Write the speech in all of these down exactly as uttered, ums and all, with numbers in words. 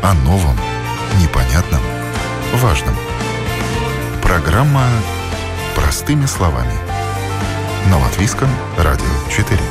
О новом, непонятном, важном. Программа «Простыми словами». На Латвийском радио четыре.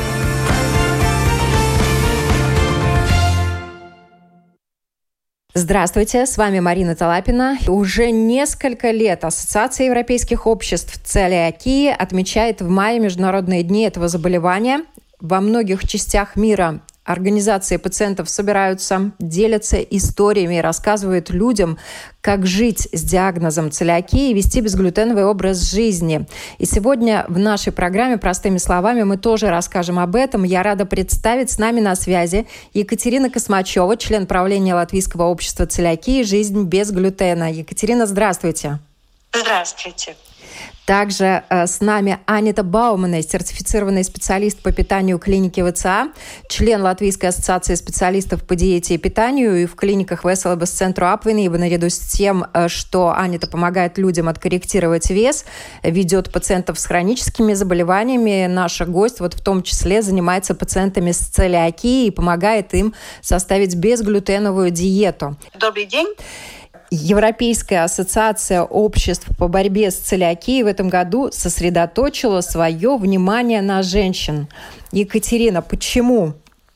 Здравствуйте, с вами Марина Талапина. Уже несколько лет Ассоциация европейских обществ целиакии отмечает в мае Международные дни этого заболевания. Во многих частях мира организации пациентов собираются, делятся историями и рассказывают людям, как жить с диагнозом целиакии и вести безглютеновый образ жизни. И сегодня в нашей программе «Простыми словами» мы тоже расскажем об этом. Я рада представить с нами на связи Екатерина Космачева, член правления Латвийского общества целиакии «Жизнь без глютена». Екатерина, здравствуйте. Здравствуйте. Также э, с нами Анита Баумана, сертифицированный специалист по питанию клиники ВЦА, член Латвийской ассоциации специалистов по диете и питанию и в клиниках Веселības центру Апвинība. Наряду с тем, что Анита помогает людям откорректировать вес, ведет пациентов с хроническими заболеваниями. Наша гость вот в том числе занимается пациентами с целиакией и помогает им составить безглютеновую диету. Добрый день. Европейская ассоциация обществ по борьбе с целиакией в этом году сосредоточила свое внимание на женщин. Екатерина, почему?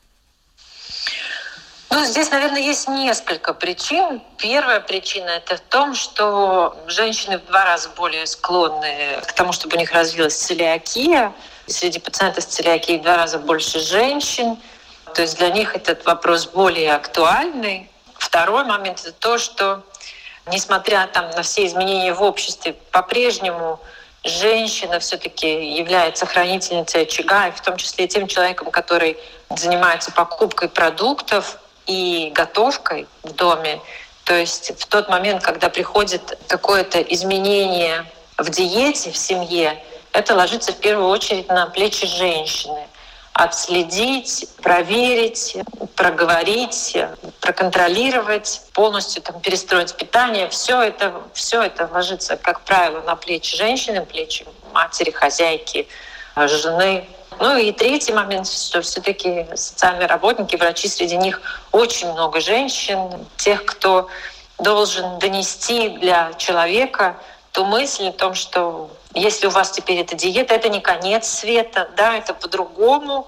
Ну, здесь, наверное, есть несколько причин. Первая причина – это в том, что женщины в два раза более склонны к тому, чтобы у них развилась целиакия. Среди пациентов с целиакией в два раза больше женщин. То есть для них этот вопрос более актуальный. Второй момент – это то, что, несмотря там, на все изменения в обществе, по-прежнему женщина все-таки является хранительницей очага, и в том числе тем человеком, который занимается покупкой продуктов и готовкой в доме. То есть в тот момент, когда приходит какое-то изменение в диете, в семье, это ложится в первую очередь на плечи женщины. Отследить, проверить, проговорить, проконтролировать, полностью там, перестроить питание. Все это, все это ложится, как правило, на плечи женщины, плечи матери, хозяйки, жены. Ну и третий момент, что все-таки социальные работники, врачи, среди них очень много женщин, тех, кто должен донести для человека ту мысль о том, что если у вас теперь эта диета, это не конец света, да, это по-другому,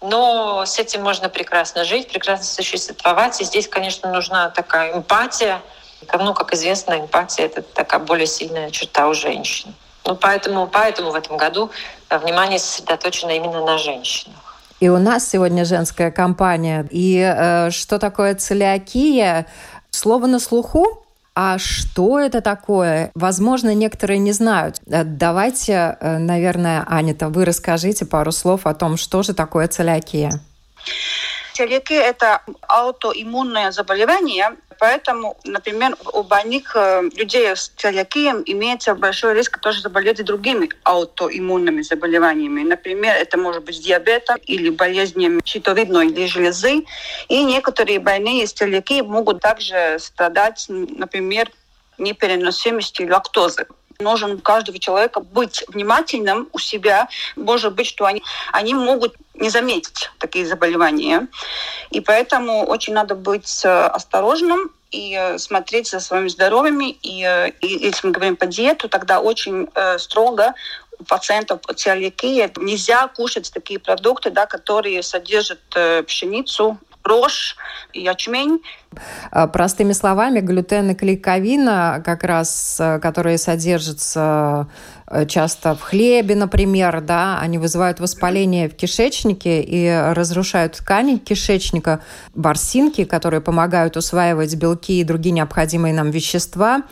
но с этим можно прекрасно жить, прекрасно существовать. И здесь, конечно, нужна такая эмпатия. Ну, как известно, эмпатия — это такая более сильная черта у женщин. Ну, поэтому, поэтому в этом году внимание сосредоточено именно на женщинах. И у нас сегодня женская кампания. И э, что такое целиакия? Слово на слуху. А что это такое? Возможно, некоторые не знают. Давайте, наверное, Анита, вы расскажите пару слов о том, что же такое целиакия. Целиакия – это аутоиммунное заболевание, поэтому, например, у больных людей с целиакией имеется большой риск тоже заболеть и другими аутоиммунными заболеваниями. Например, это может быть диабетом или болезнями щитовидной железы. И некоторые больные с целиакией могут также страдать, например, непереносимостью лактозы. Нужно у каждого человека быть внимательным у себя. Может быть, что они, они могут не заметить такие заболевания. И поэтому очень надо быть осторожным и смотреть за своим здоровьем. И, и если мы говорим по диету, тогда очень э, строго у пациентов целиакии нельзя кушать такие продукты, да, которые содержат э, пшеницу, рожь и ячмень. Простыми словами, глютен и клейковина, как раз, которые содержатся часто в хлебе, например, да, они вызывают воспаление в кишечнике и разрушают ткани кишечника, ворсинки, которые помогают усваивать белки и другие необходимые нам вещества.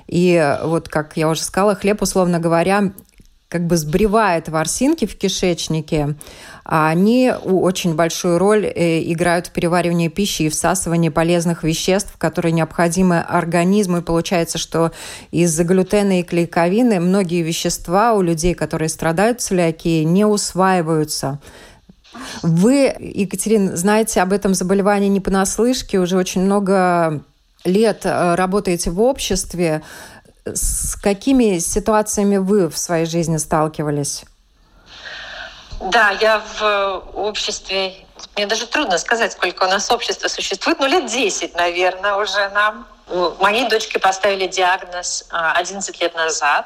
И вот, как я уже сказала, хлеб, условно говоря, как бы сбривает ворсинки в кишечнике, а они очень большую роль играют в переваривании пищи и всасывании полезных веществ, которые необходимы организму. И получается, что из-за глютена и клейковины многие вещества у людей, которые страдают целиакией, не усваиваются. Вы, Екатерина, знаете об этом заболевании не понаслышке, уже очень много лет работаете в обществе. С какими ситуациями вы в своей жизни сталкивались? Да, я в обществе, мне даже трудно сказать, сколько у нас общества существует, ну лет десять, наверное, уже нам. Моей дочке поставили диагноз одиннадцать лет назад.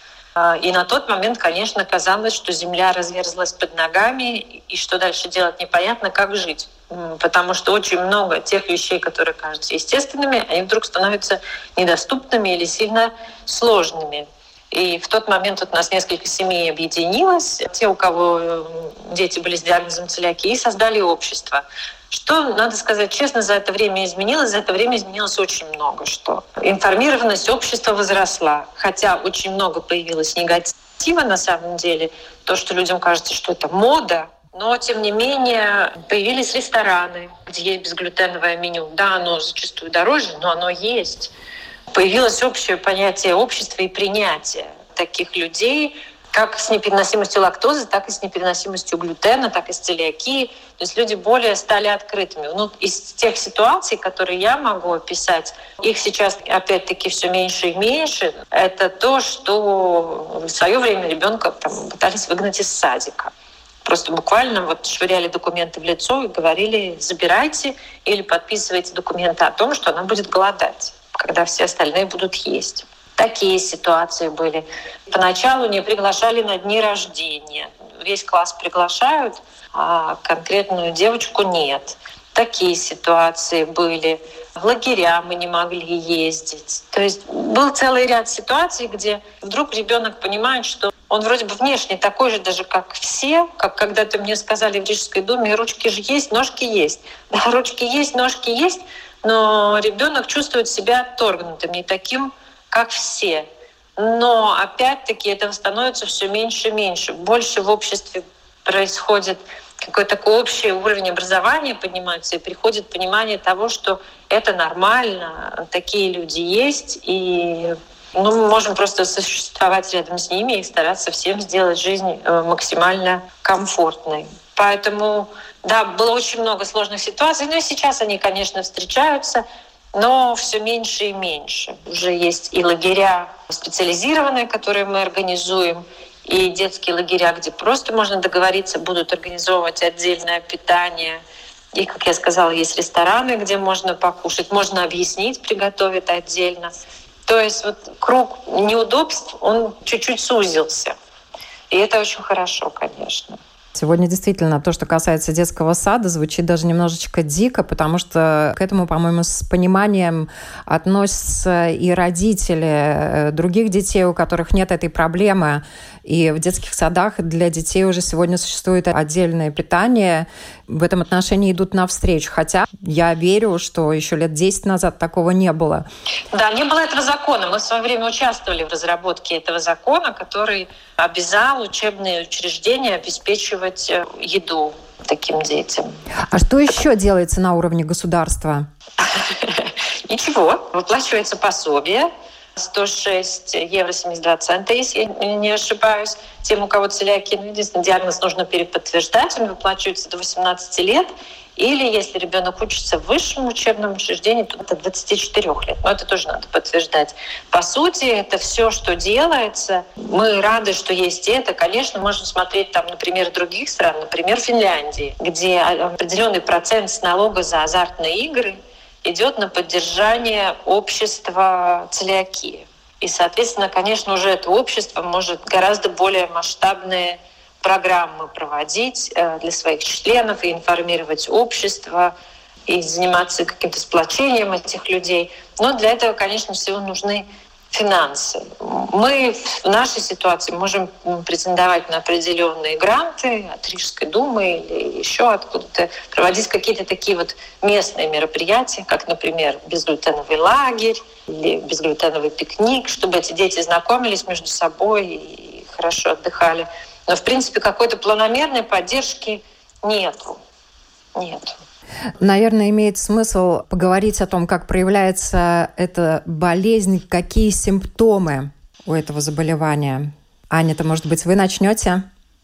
И на тот момент, конечно, казалось, что земля разверзлась под ногами, и что дальше делать непонятно, как жить. Потому что очень много тех вещей, которые кажутся естественными, они вдруг становятся недоступными или сильно сложными. И в тот момент вот у нас несколько семей объединилось. Те, у кого дети были с диагнозом целиакии, создали общество. Что, надо сказать честно, за это время изменилось? За это время изменилось очень много что. Информированность общества возросла. Хотя очень много появилось негатива на самом деле. То, что людям кажется, что это мода. Но, тем не менее, появились рестораны, где есть безглютеновое меню. Да, оно зачастую дороже, но оно есть. Появилось общее понятие общества и принятия таких людей, как с непереносимостью лактозы, так и с непереносимостью глютена, так и с целиакией. То есть люди более стали открытыми. Ну, из тех ситуаций, которые я могу описать, их сейчас опять-таки все меньше и меньше. Это то, что в свое время ребенка там, пытались выгнать из садика. Просто буквально вот швыряли документы в лицо и говорили: забирайте или подписывайте документы о том, что она будет голодать, когда все остальные будут есть. Такие ситуации были. Поначалу не приглашали на дни рождения. Весь класс приглашают, а конкретную девочку нет. Такие ситуации были. В лагеря мы не могли ездить. То есть был целый ряд ситуаций, где вдруг ребенок понимает, что он вроде бы внешне такой же даже, как все, как когда-то мне сказали в Рижской думе: ручки же есть, ножки есть. Да, ручки есть, ножки есть, но ребенок чувствует себя отторгнутым, не таким, как все. Но опять-таки этого становится все меньше и меньше. Больше в обществе происходит какой-то такой общий уровень образования, поднимается, и приходит понимание того, что это нормально, такие люди есть, и ну, мы можем просто существовать рядом с ними и стараться всем сделать жизнь максимально комфортной. Поэтому, да, было очень много сложных ситуаций, но и сейчас они, конечно, встречаются, но все меньше и меньше. Уже есть и лагеря специализированные, которые мы организуем, и детские лагеря, где просто можно договориться, будут организовывать отдельное питание. И, как я сказала, есть рестораны, где можно покушать, можно объяснить, приготовить отдельно. То есть вот круг неудобств, он чуть-чуть сузился. И это очень хорошо, конечно. Сегодня действительно то, что касается детского сада, звучит даже немножечко дико, потому что к этому, по-моему, с пониманием относятся и родители других детей, у которых нет этой проблемы. И в детских садах для детей уже сегодня существует отдельное питание. В этом отношении идут навстречу. Хотя я верю, что еще лет десять назад такого не было. Да, не было этого закона. Мы в свое время участвовали в разработке этого закона, который обязал учебные учреждения обеспечивать еду таким детям. А что еще делается на уровне государства? Ничего. Выплачивается пособие. сто шесть евро семьдесят два цента, если я не ошибаюсь. Тем, у кого целиакия, ну, единственный диагноз нужно переподтверждать, он выплачивается до восемнадцати лет. Или если ребенок учится в высшем учебном учреждении, то до двадцати четырёх лет. Но это тоже надо подтверждать. По сути, это все, что делается. Мы рады, что есть это. Конечно, можно смотреть там, например, других стран, например, Финляндии, где определенный процент с налога за азартные игры идет на поддержание общества целиакии. И, соответственно, конечно, уже это общество может гораздо более масштабные программы проводить для своих членов и информировать общество, и заниматься каким-то сплочением этих людей. Но для этого, конечно, всего нужны финансы. Мы в нашей ситуации можем претендовать на определенные гранты от Рижской думы или еще откуда-то, проводить какие-то такие вот местные мероприятия, как, например, безглютеновый лагерь или безглютеновый пикник, чтобы эти дети знакомились между собой и хорошо отдыхали. Но, в принципе, какой-то планомерной поддержки нету. Нету. Наверное, имеет смысл поговорить о том, как проявляется эта болезнь, какие симптомы у этого заболевания. Аня, то, может быть, вы начнете?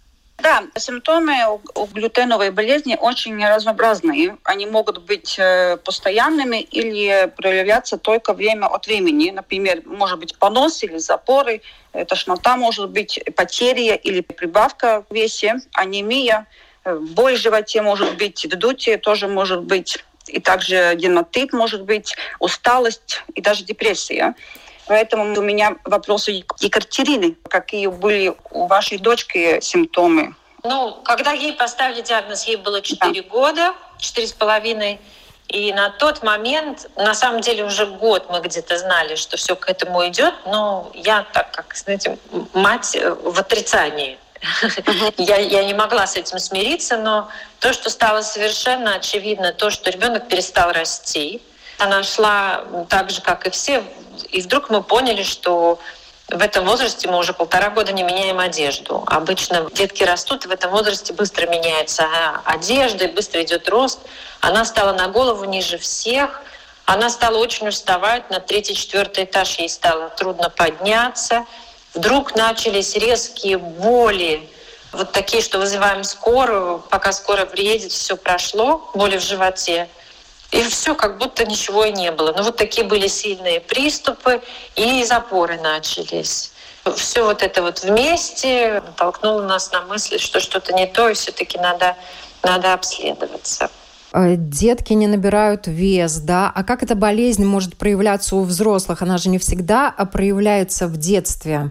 Да, симптомы у глютеновой болезни очень разнообразные. Они могут быть постоянными или проявляться только время от времени. Например, может быть понос или запоры, тошнота может быть, потеря или прибавка в весе, анемия, боль в животе может быть, вздутие тоже может быть, и также дерматит может быть, усталость и даже депрессия. Поэтому у меня вопросы к Екатерине. Какие были у вашей дочки симптомы? Ну, когда ей поставили диагноз, ей было четыре да. года, четыре с половиной. И на тот момент, на самом деле уже год мы где-то знали, что все к этому идет, но я, так как, знаете, мать в отрицании. я, я не могла с этим смириться, но то, что стало совершенно очевидно, то, что ребенок перестал расти. Она шла так же, как и все, и вдруг мы поняли, что в этом возрасте мы уже полтора года не меняем одежду. Обычно детки растут, и в этом возрасте быстро меняется одежда, и быстро идет рост. Она стала на голову ниже всех. Она стала очень уставать. На третий, четвертый этаж ей стало трудно подняться. Вдруг начались резкие боли, вот такие, что вызываем скорую. Пока скорая приедет, все прошло, боли в животе. И все, как будто ничего и не было. Но вот такие были сильные приступы, и запоры начались. Все вот это вот вместе натолкнуло нас на мысль, что что-то не то, и все-таки надо, надо обследоваться. Детки не набирают вес, да? А как эта болезнь может проявляться у взрослых? Она же не всегда проявляется в детстве.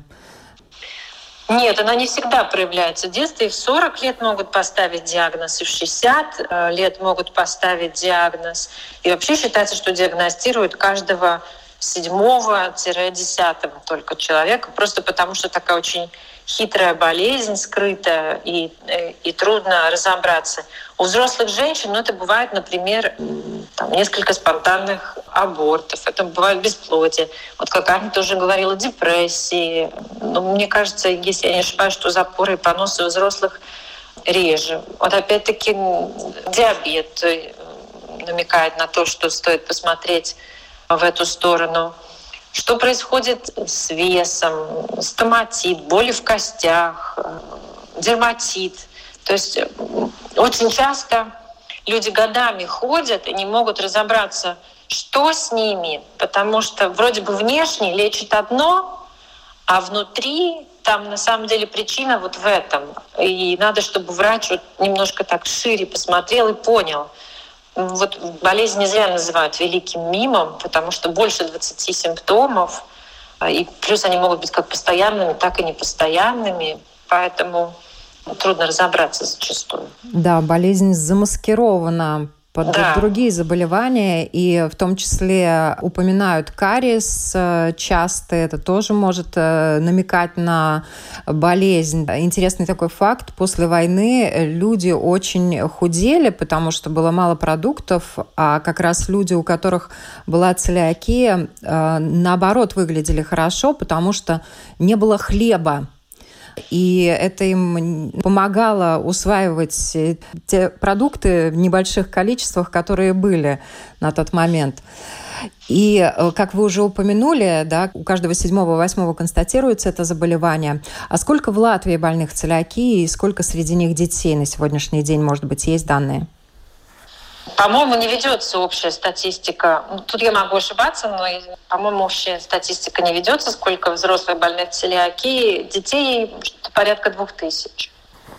Нет, она не всегда проявляется в детстве. И в сорок лет могут поставить диагноз, и в шестьдесят лет могут поставить диагноз. И вообще считается, что диагностируют каждого седьмого-десятого только человека, просто потому что такая очень хитрая болезнь, скрытая, и, и трудно разобраться. У взрослых женщин, ну, это бывает, например, там, несколько спонтанных абортов, это бывает бесплодие. Вот как Аня тоже говорила, депрессии. Но мне кажется, если я не ошибаюсь, что запоры и поносы у взрослых реже. Вот опять-таки диабет намекает на то, что стоит посмотреть в эту сторону. Что происходит с весом, стоматит, боли в костях, дерматит. То есть очень часто люди годами ходят и не могут разобраться, что с ними, потому что вроде бы внешне лечит одно, а внутри там на самом деле причина вот в этом. И надо, чтобы врач вот немножко так шире посмотрел и понял. Вот болезнь не зря называют великим мимом, потому что больше двадцати симптомов, и плюс они могут быть как постоянными, так и непостоянными, поэтому трудно разобраться зачастую. Да, болезнь замаскирована под да. другие заболевания, и в том числе упоминают кариес часто, это тоже может намекать на болезнь. Интересный такой факт, после войны люди очень худели, потому что было мало продуктов, а как раз люди, у которых была целиакия, наоборот, выглядели хорошо, потому что не было хлеба. И это им помогало усваивать те продукты в небольших количествах, которые были на тот момент. И, как вы уже упомянули, да, у каждого седьмого-восьмого констатируется это заболевание. А сколько в Латвии больных целиакией и сколько среди них детей на сегодняшний день, может быть, есть данные? По-моему, не ведется общая статистика. Тут я могу ошибаться, но, по-моему, общая статистика не ведется, сколько взрослых больных целиакией. Детей порядка двух тысяч.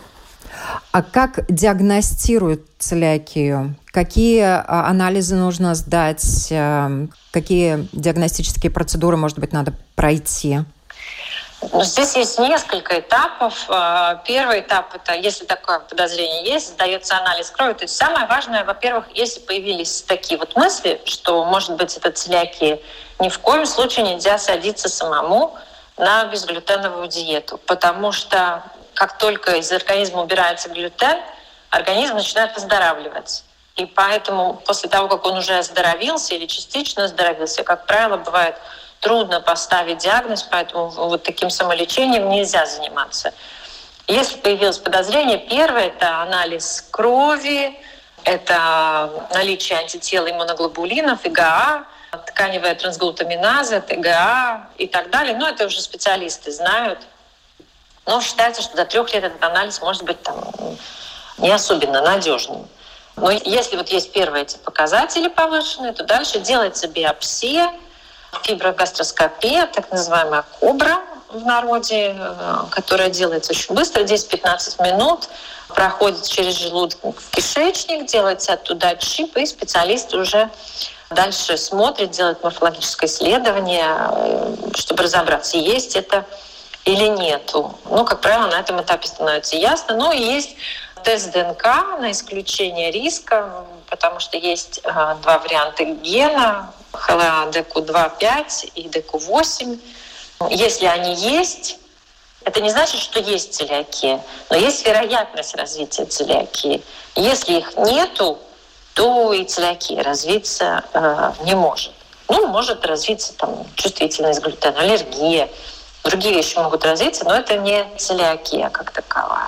А как диагностируют целиакию? Какие анализы нужно сдать? Какие диагностические процедуры, может быть, надо пройти? Здесь есть несколько этапов. Первый этап – это, если такое подозрение есть, сдается анализ крови. То есть самое важное, во-первых, если появились такие вот мысли, что, может быть, это целиакия, ни в коем случае нельзя садиться самому на безглютеновую диету, потому что как только из организма убирается глютен, организм начинает выздоравливать. И поэтому после того, как он уже оздоровился или частично оздоровился, как правило, бывает трудно поставить диагноз, поэтому вот таким самолечением нельзя заниматься. Если появилось подозрение, первое – это анализ крови, это наличие антител иммуноглобулинов, ИгА, тканевая трансглутаминаза, ТГА и так далее. Но это уже специалисты знают. Но считается, что до трех лет этот анализ может быть там не особенно надежным. Но если вот есть первые эти показатели повышенные, то дальше делается биопсия, фиброгастроскопия, так называемая кобра в народе, которая делается очень быстро, десять-пятнадцать минут, проходит через желудок в кишечник, делается оттуда чип, и специалист уже дальше смотрит, делает морфологическое исследование, чтобы разобраться, есть это или нету. Ну, как правило, на этом этапе становится ясно. Ну, и есть тест ДНК на исключение риска, потому что есть а, два варианта гена, эйч эл а ди ку два пять и ди ку восемь. Если они есть, это не значит, что есть целиакия, но есть вероятность развития целиакии. Если их нету, то и целиакия развиться э, не может. Ну, может развиться там чувствительность к глютену, аллергия. Другие вещи могут развиться, но это не целиакия как таковая.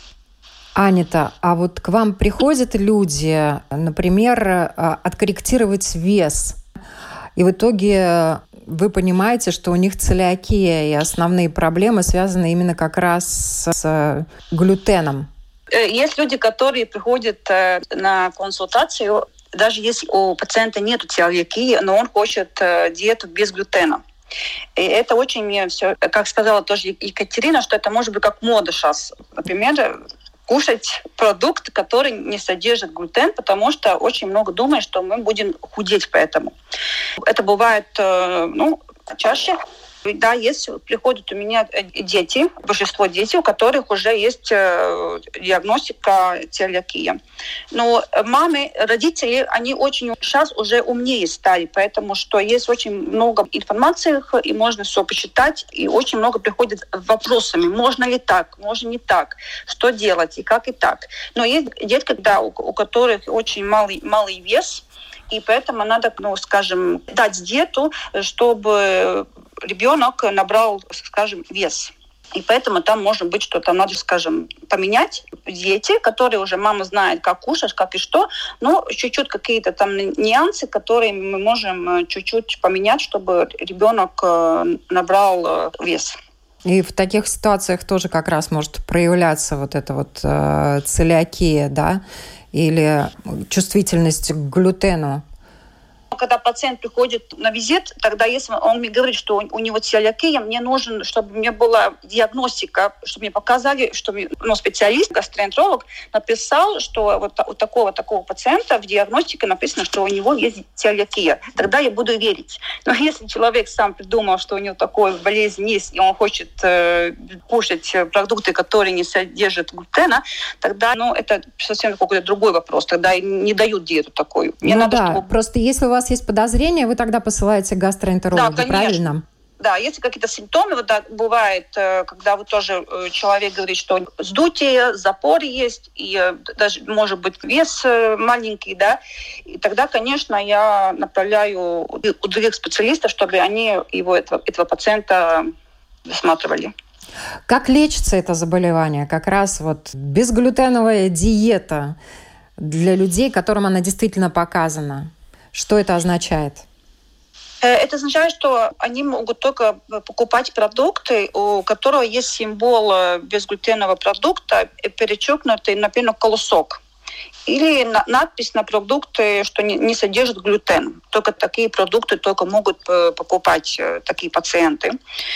Анита, а вот к вам приходят люди, например, откорректировать вес, и в итоге вы понимаете, что у них целиакия, и основные проблемы связаны именно как раз с глютеном. Есть люди, которые приходят на консультацию, даже если у пациента нет целиакии, но он хочет диету без глютена. И это очень мне все, как сказала тоже Екатерина, что это может быть как мода сейчас. Например, кушать продукт, который не содержит глютен, потому что очень много думают, что мы будем худеть поэтому. Это бывает, ну, чаще. Да, есть, приходят у меня дети, большинство детей, у которых уже есть диагностика целиакии. Но мамы, родители, они очень сейчас уже умнее стали, потому что есть очень много информации, и можно все посчитать, и очень много приходит вопросами, можно ли так, можно не так, что делать, и как и так. Но есть дети, да, у, у которых очень малый, малый вес, и поэтому надо, ну, скажем, дать диету, чтобы ребенок набрал, скажем, вес. И поэтому там может быть, что там надо, скажем, поменять в диете, которые уже мама знает, как кушать, как и что, но чуть-чуть какие-то там нюансы, которые мы можем чуть-чуть поменять, чтобы ребенок набрал вес. И в таких ситуациях тоже как раз может проявляться вот эта вот э, целиакия, да, или чувствительность к глютену. Когда пациент приходит на визит, тогда если он мне говорит, что у него целиакия, мне нужно, чтобы у меня была диагностика, чтобы мне показали, чтобы, ну, специалист, гастроэнтеролог написал, что вот у такого-такого пациента в диагностике написано, что у него есть целиакия. Тогда я буду верить. Но если человек сам придумал, что у него такая болезнь есть, и он хочет э, кушать продукты, которые не содержат глютена, тогда, ну, это совсем какой-то другой вопрос. Тогда не дают диету такую. Мне ну надо, да, чтобы... просто если у вас есть подозрение, вы тогда посылаете к гастроэнтерологу, да, правильно? Да, если какие-то симптомы, вот так бывает, когда вот тоже человек говорит, что сдутие, запор есть, и даже, может быть, вес маленький, да, и тогда, конечно, я направляю у других специалистов, чтобы они его, этого, этого пациента досматривали. Как лечится это заболевание? Как раз вот безглютеновая диета для людей, которым она действительно показана. Что это означает? Это означает, что они могут только покупать продукты, у которого есть символ безглютенового продукта, перечеркнутый, например, колосок. Или надпись на продукты, что не содержит глютен. Только такие продукты только могут покупать такие пациенты.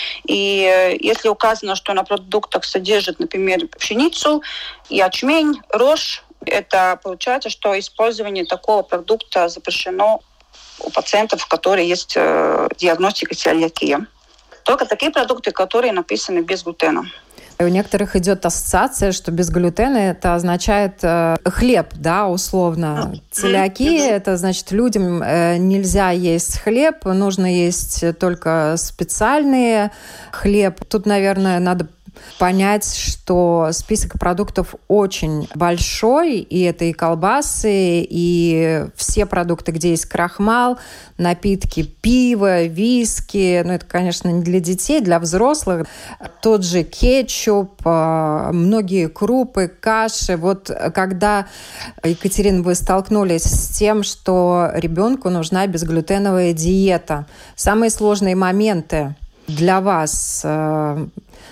И если указано, что на продуктах содержит, например, пшеницу, ячмень, рожь, это получается, что использование такого продукта запрещено у пациентов, у которых есть э, диагностика целиакии. Только такие продукты, которые написаны без глютена. У некоторых идет ассоциация, что без глютена это означает э, хлеб, да, условно. Целиакия – это значит, людям э, нельзя есть хлеб, нужно есть только специальный хлеб. Тут, наверное, надо понять, что список продуктов очень большой, и это и колбасы, и все продукты, где есть крахмал, напитки, пиво, виски. Ну, это, конечно, не для детей, для взрослых. Тот же кетчуп, многие крупы, каши. Вот когда, Екатерина, вы столкнулись с тем, что ребенку нужна безглютеновая диета, самые сложные моменты для вас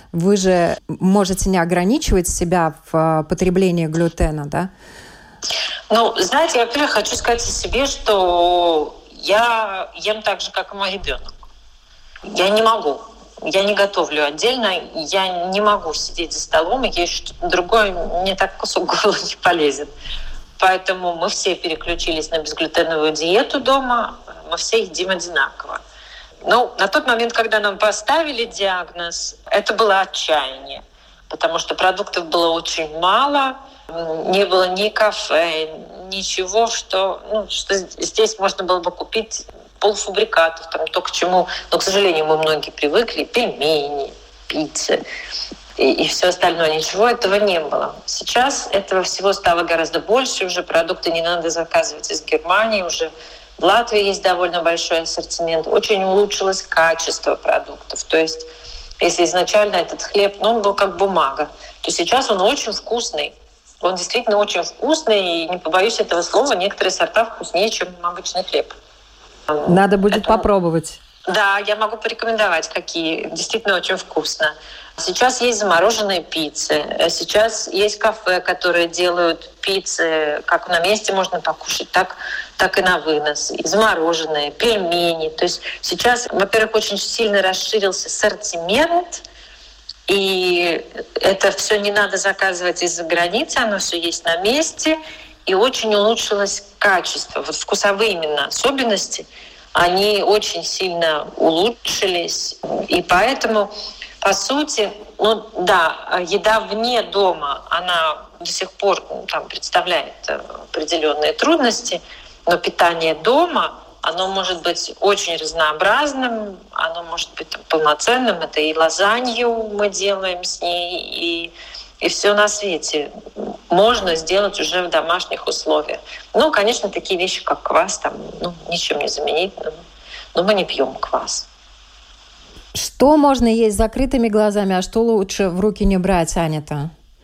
вы же можете не ограничивать себя в потреблении глютена, да? Ну, знаете, я, во-первых, хочу сказать о себе, что я ем так же, как и мой ребенок. Я не могу. Я не готовлю отдельно. Я не могу сидеть за столом и есть что-то другое. Мне так кусок головы не полезет. Поэтому мы все переключились на безглютеновую диету дома. Мы все едим одинаково. Ну, на тот момент, когда нам поставили диагноз, это было отчаяние. Потому что продуктов было очень мало. Не было ни кафе, ничего, что, ну, что здесь можно было бы купить полуфабрикатов, там, то, к чему, но, к сожалению, мы многие привыкли, пельмени, пиццы и, и все остальное. Ничего этого не было. Сейчас этого всего стало гораздо больше, уже продукты не надо заказывать из Германии, уже в Латвии есть довольно большой ассортимент, очень улучшилось качество продуктов, то есть если изначально этот хлеб, ну, он был как бумага, то сейчас он очень вкусный. Он действительно очень вкусный, и не побоюсь этого слова, некоторые сорта вкуснее, чем обычный хлеб. Надо будет Это... попробовать. Да, я могу порекомендовать, какие действительно очень вкусно. Сейчас есть замороженные пиццы, сейчас есть кафе, которые делают пиццы, как на месте можно покушать, так, так и на вынос. И замороженные, пельмени. То есть сейчас, во-первых, очень сильно расширился ассортимент, и это все не надо заказывать из-за границы, оно все есть на месте, и очень улучшилось качество. Вот вкусовые именно особенности, они очень сильно улучшились, и поэтому, по сути, ну да, еда вне дома, она до сих пор ну, там, представляет определенные трудности, но питание дома, оно может быть очень разнообразным, оно может быть там, полноценным. Это и лазанью мы делаем с ней, и, и все на свете можно сделать уже в домашних условиях. Ну, конечно, такие вещи, как квас, там, ну, ничем не заменить, но, но мы не пьем квас. Что можно есть с закрытыми глазами, а что лучше в руки не брать, Аня-то?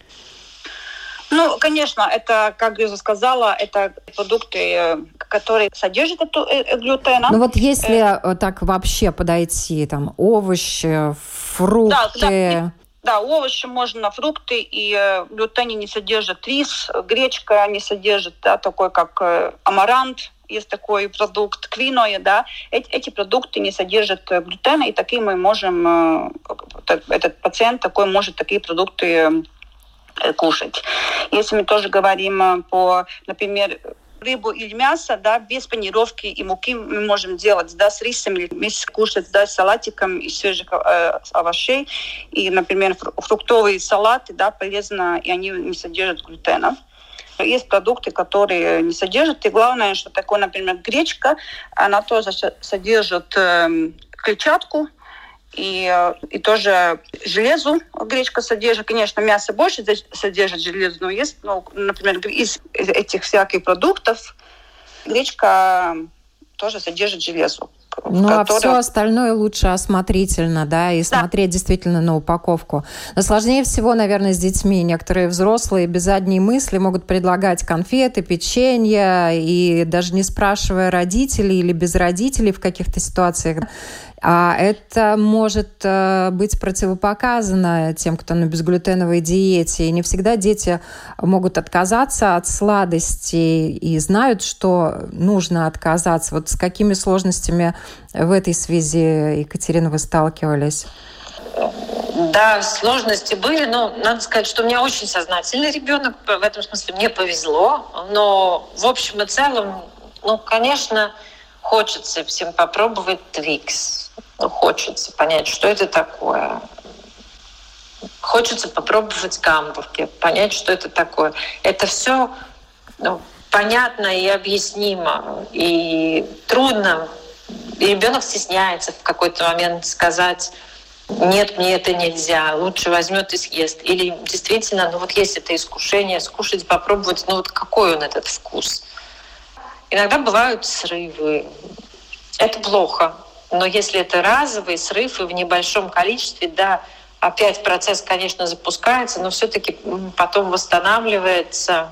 Ну, конечно, это, как я уже сказала, это продукты, которые содержат эту глютен. Ну вот если э... так вообще подойти, там, овощи, фрукты... Да, да, да, овощи можно, фрукты, и э, глютен не содержит рис, гречка не содержит, да, такой как э, амарант, есть такой продукт, квиноя, да, эти, эти продукты не содержат глютена, и такие мы можем, э, этот пациент такой может такие продукты кушать. Если мы тоже говорим по, например, рыбу или мясо, да, без панировки и муки мы можем делать, да, с рисом или вместе кушать, да, с салатиком из свежих э, овощей. И, например, фруктовые салаты, да, полезно, и они не содержат глютена. Есть продукты, которые не содержат. И главное, что такое, например, гречка, она тоже содержит э, клетчатку, И, и тоже железу гречка содержит. Конечно, мясо больше содержит железо, но есть, ну, например, из этих всяких продуктов гречка тоже содержит железо. Ну, которая... а все остальное лучше осмотрительно, да, и да. смотреть действительно на упаковку. Но сложнее всего, наверное, с детьми. Некоторые взрослые без задней мысли могут предлагать конфеты, печенье, и даже не спрашивая родителей или без родителей в каких-то ситуациях. А это может быть противопоказано тем, кто на безглютеновой диете. И не всегда дети могут отказаться от сладостей и знают, что нужно отказаться. Вот с какими сложностями в этой связи, Екатерина, вы сталкивались? Да, сложности были, но надо сказать, что у меня очень сознательный ребенок. В этом смысле мне повезло. Но в общем и целом, ну, конечно, хочется всем попробовать Твикс. Ну, хочется понять, что это такое. Хочется попробовать гамбургер, понять, что это такое. Это все ну, понятно и объяснимо. И трудно. И ребенок стесняется в какой-то момент сказать: нет, мне это нельзя, лучше возьмет и съест. Или действительно, ну вот есть это искушение, скушать, попробовать, ну вот какой он этот вкус. Иногда бывают срывы. Это плохо. Но если это разовый срыв и в небольшом количестве, да, опять процесс, конечно, запускается, но все-таки потом восстанавливается,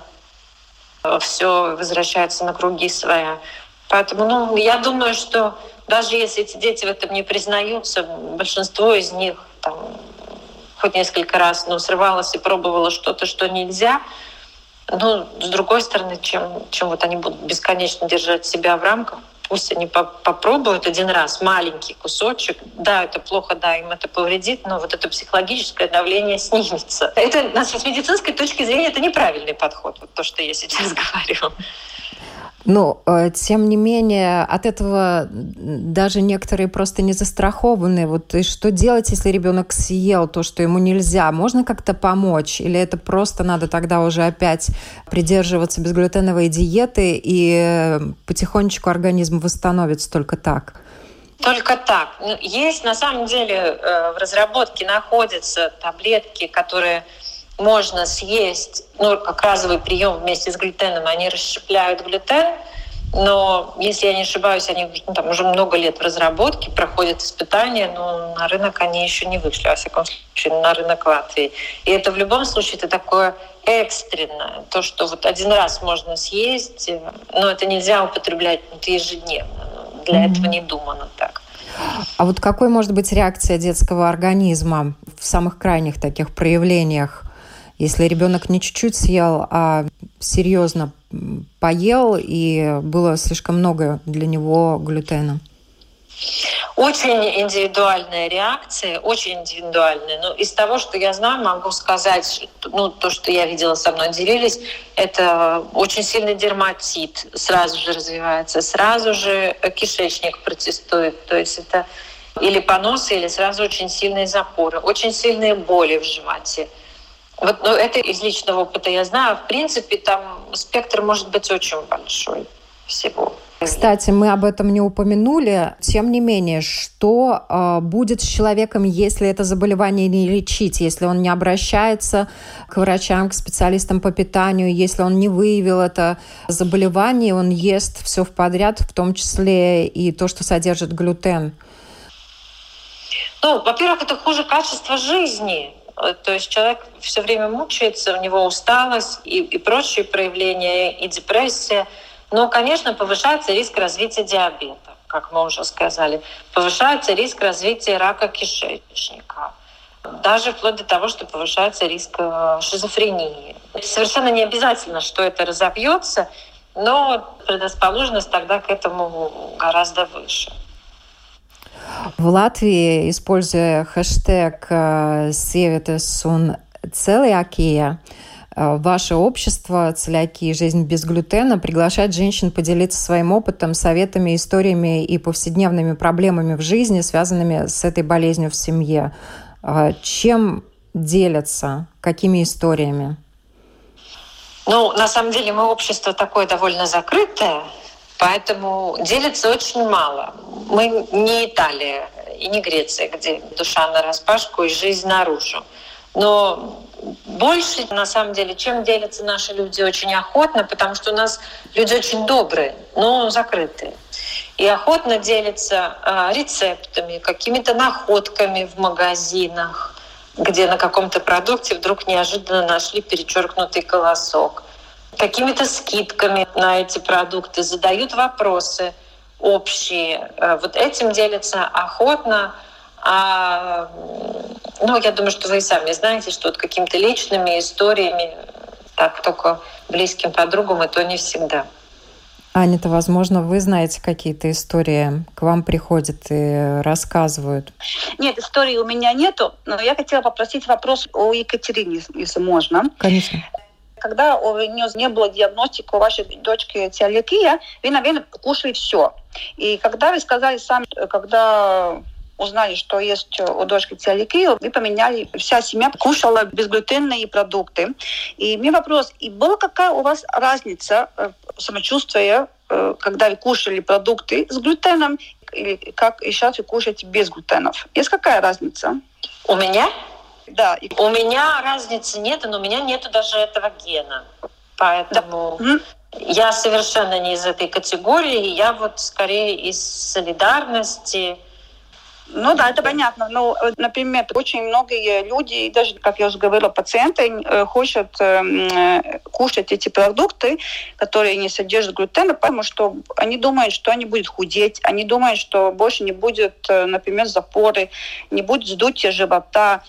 все возвращается на круги своя. Поэтому, ну, я думаю, что даже если эти дети в этом не признаются, большинство из них там хоть несколько раз, но срывалась и пробовала что-то, что нельзя. Но, с другой стороны, чем, чем вот они будут бесконечно держать себя в рамках, пусть они попробуют один раз маленький кусочек. Да, это плохо, да, им это повредит, но вот это психологическое давление снимется. Это, с медицинской точки зрения, это неправильный подход, вот то, что я сейчас говорю. Ну, тем не менее, от этого даже некоторые просто не застрахованы. Вот и что делать, если ребенок съел то, что ему нельзя? Можно как-то помочь? Или это просто надо тогда уже опять придерживаться безглютеновой диеты, и потихонечку организм восстановится только так? Только так. Есть, на самом деле, в разработке находятся таблетки, которые можно съесть, ну, как разовый прием вместе с глютеном, они расщепляют глютен, но, если я не ошибаюсь, они ну, там уже много лет в разработке, проходят испытания, но на рынок они еще не вышли, во всяком случае, на рынок Латвии. И это в любом случае это такое экстренное, то, что вот один раз можно съесть, но это нельзя употреблять это ежедневно, для mm-hmm. этого не думано так. А вот какой может быть реакция детского организма в самых крайних таких проявлениях? Если ребенок не чуть-чуть съел, а серьезно поел, и было слишком много для него глютена? Очень индивидуальная реакция, очень индивидуальная. Но из того, что я знаю, могу сказать, ну, то, что я видела, со мной делились, это очень сильный дерматит сразу же развивается, сразу же кишечник протестует. То есть это или поносы, или сразу очень сильные запоры, очень сильные боли в животе. Вот, ну, это из личного опыта я знаю. В принципе, там спектр может быть очень большой всего. Кстати, мы об этом не упомянули. Тем не менее, что э, будет с человеком, если это заболевание не лечить, если он не обращается к врачам, к специалистам по питанию, если он не выявил это заболевание, он ест все в подряд, в том числе и то, что содержит глютен? Ну, во-первых, это хуже качества жизни. То есть человек все время мучается, у него усталость и, и прочие проявления, и депрессия. Но, конечно, повышается риск развития диабета, как мы уже сказали. Повышается риск развития рака кишечника. Даже вплоть до того, что повышается риск шизофрении. Совершенно не обязательно, что это разовьется, но предрасположенность тогда к этому гораздо выше. В Латвии, используя хэштег «Sievietes un celiakija», ваше общество «Целиакия. Жизнь без глютена» приглашает женщин поделиться своим опытом, советами, историями и повседневными проблемами в жизни, связанными с этой болезнью в семье. Чем делятся? Какими историями? Ну, на самом деле, мы общество такое довольно закрытое, поэтому делится очень мало. Мы не Италия и не Греция, где душа нараспашку и жизнь наружу. Но больше, на самом деле, чем делятся наши люди очень охотно, потому что у нас люди очень добрые, но закрытые. И охотно делятся э, рецептами, какими-то находками в магазинах, где на каком-то продукте вдруг неожиданно нашли перечеркнутый колосок. Какими-то скидками на эти продукты, задают вопросы общие. Вот этим делятся охотно. А, ну, я думаю, что вы и сами знаете, что вот какими-то личными историями, так только близким подругам, и то не всегда. Аня-то, возможно, вы знаете какие-то истории, к вам приходят и рассказывают? Нет, истории у меня нету, но я хотела попросить вопрос о Екатерине, если можно. Конечно. Когда у нее не было диагностики у вашей дочки целиакия, вы, наверное, кушали все. И когда вы сказали сами, когда узнали, что есть у дочки целиакия, вы поменяли, вся семья кушала безглютенные продукты. И мне вопрос, и была какая у вас разница самочувствия, когда вы кушали продукты с глютеном, или как и сейчас вы кушаете без глютенов? Есть какая разница? У меня? Да. У меня разницы нет, но у меня нету даже этого гена. Поэтому да. Я совершенно не из этой категории. Я вот скорее из солидарности. Ну да, это понятно. Но, например, очень многие люди, даже, как я уже говорила, пациенты хотят кушать эти продукты, которые не содержат глютена, потому что они думают, что они будут худеть, они думают, что больше не будет, например, запоры, не будет вздутия живота.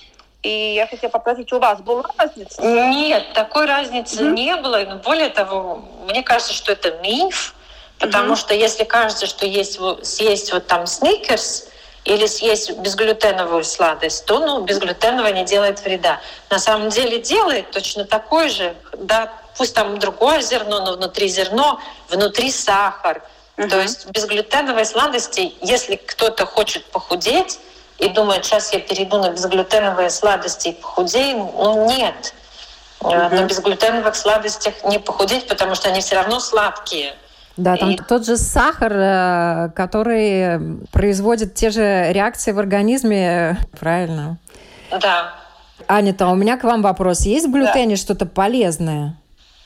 И я хотела попросить, у вас была разница? Нет, такой разницы mm-hmm. не было. Но более того, мне кажется, что это миф, потому mm-hmm. что если кажется, что есть, съесть вот там сникерс или съесть безглютеновую сладость, то ну, безглютеновая не делает вреда. На самом деле делает точно такой же, да, пусть там другое зерно, но внутри зерно, внутри сахар. Uh-huh. То есть безглютеновой сладости, если кто-то хочет похудеть и думает, сейчас я перейду на безглютеновые сладости и похудею, ну нет. Uh-huh. На безглютеновых сладостях не похудеть, потому что они все равно сладкие. Да, там и... тот же сахар, который производит те же реакции в организме, правильно? Да. Анита, у меня к вам вопрос. Есть в глютене да. что-то полезное?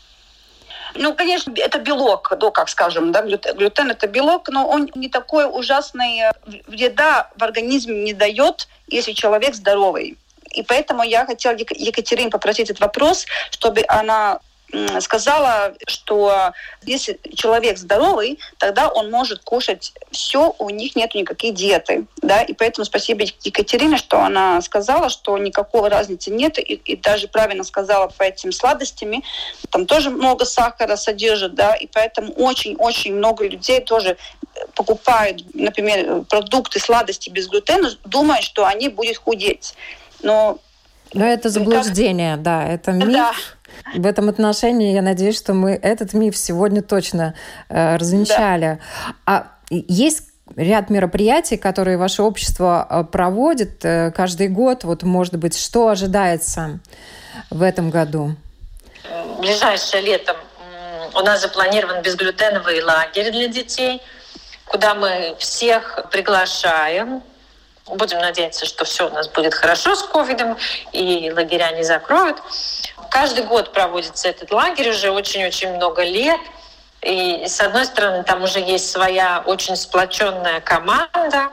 Ну, конечно, это белок, ну, как скажем, да, глютен, глютен это белок, но он не такой ужасный вреда в организме не дает, если человек здоровый. И поэтому я хотела Екатерине попросить этот вопрос, чтобы она сказала, что если человек здоровый, тогда он может кушать все, у них нет никакой диеты. Да? И поэтому спасибо Екатерине, что она сказала, что никакой разницы нет, и, и даже правильно сказала по этим сладостями. Там тоже много сахара содержит, да? И поэтому очень-очень много людей тоже покупают, например, продукты, сладости без глютена, думая, что они будут худеть. Но, Но это заблуждение, как... да, это миф. Да. В этом отношении я надеюсь, что мы этот миф сегодня точно э, развенчали. Да. А есть ряд мероприятий, которые ваше общество проводит э, каждый год. Вот, может быть, что ожидается в этом году? Ближайшее летом у нас запланирован безглютеновый лагерь для детей, куда мы всех приглашаем. Будем надеяться, что все у нас будет хорошо с ковидом, и лагеря не закроют. Каждый год проводится этот лагерь уже очень-очень много лет. И, с одной стороны, там уже есть своя очень сплоченная команда.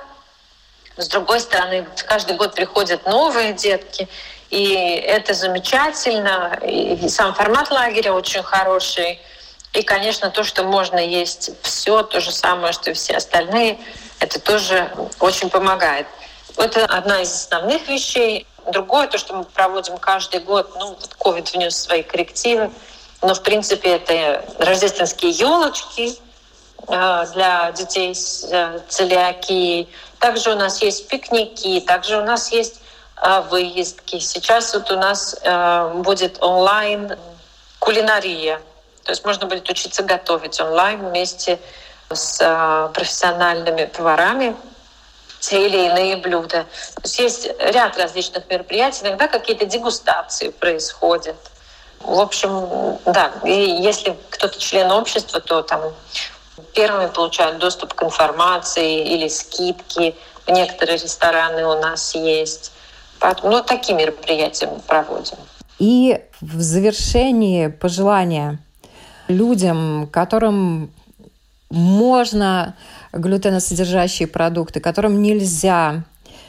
С другой стороны, каждый год приходят новые детки. И это замечательно. И сам формат лагеря очень хороший. И, конечно, то, что можно есть все, то же самое, что и все остальные, это тоже очень помогает. Это одна из основных вещей. Другое, то, что мы проводим каждый год, ну, вот ковид внес свои коррективы, но, в принципе, это рождественские елочки э, для детей с э, целиакией. Также у нас есть пикники, также у нас есть э, выездки. Сейчас вот у нас э, будет онлайн кулинария. То есть можно будет учиться готовить онлайн вместе с э, профессиональными поварами те или иные блюда. То есть есть ряд различных мероприятий, иногда какие-то дегустации происходят. В общем, да, и если кто-то член общества, то там первыми получают доступ к информации или скидки. Некоторые рестораны у нас есть. Поэтому, ну, такие мероприятия мы проводим. И в завершении пожелания людям, которым можно глютеносодержащие продукты, которым нельзя?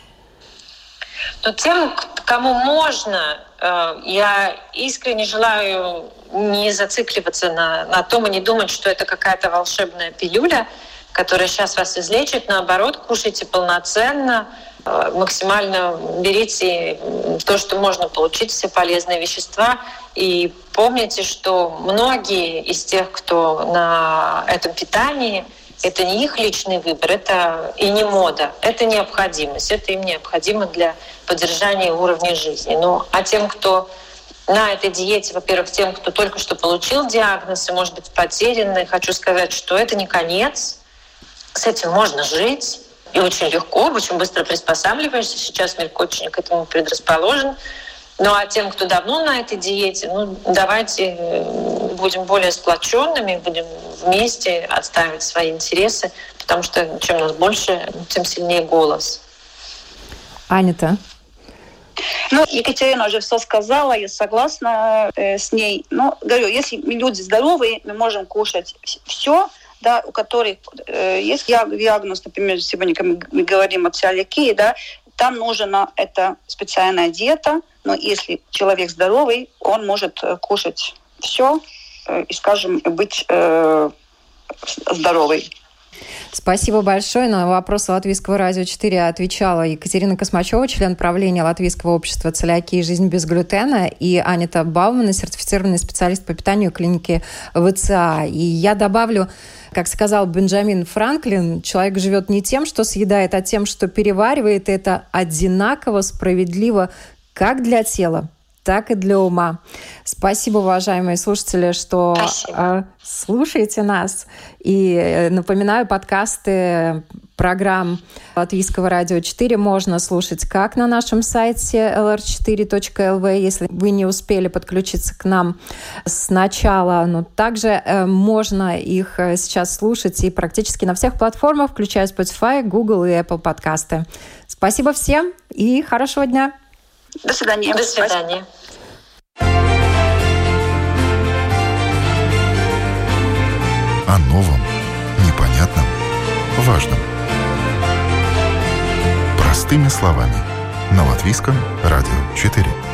Но тем, кому можно, я искренне желаю не зацикливаться на, на том и не думать, что это какая-то волшебная пилюля, которая сейчас вас излечит. Наоборот, кушайте полноценно, максимально берите то, что можно получить, все полезные вещества. И помните, что многие из тех, кто на этом питании, это не их личный выбор, это и не мода, это необходимость, это им необходимо для поддержания уровня жизни. Ну, а тем, кто на этой диете, во-первых, тем, кто только что получил диагноз и, может быть, потерянный, хочу сказать, что это не конец, с этим можно жить, и очень легко, очень быстро приспосабливаешься, сейчас мир очень к этому предрасположен. Ну а тем, кто давно на этой диете, ну давайте будем более сплоченными, будем вместе отстаивать свои интересы, потому что чем нас больше, тем сильнее голос. Анита? Ну, Екатерина уже все сказала, я согласна э, с ней. Но, говорю, если мы люди здоровые, мы можем кушать все, да, у которых э, есть диагноз, например, сегодня мы, мы говорим о целиакии, да, там нужна эта специальная диета, но если человек здоровый, он может кушать все э, и, скажем, быть э, здоровый. Спасибо большое. На вопрос Латвийского радио четыре отвечала Екатерина Космачева, член правления Латвийского общества целиакии «Жизнь без глютена», и Анита Баумана, сертифицированный специалист по питанию клиники ВЦА. И я добавлю, как сказал Бенджамин Франклин, человек живет не тем, что съедает, а тем, что переваривает. Это одинаково справедливо как для тела, так и для ума. Спасибо, уважаемые слушатели, что э, слушаете нас. И напоминаю, подкасты программ Латвийского радио четыре можно слушать как на нашем сайте эл эр четыре точка эл ви, если вы не успели подключиться к нам сначала. Но также э, можно их сейчас слушать и практически на всех платформах, включая Spotify, Google и Apple подкасты. Спасибо всем и хорошего дня. До свидания. До свидания. О новом, непонятном, важном. Простыми словами. На Латвийском радио четыре.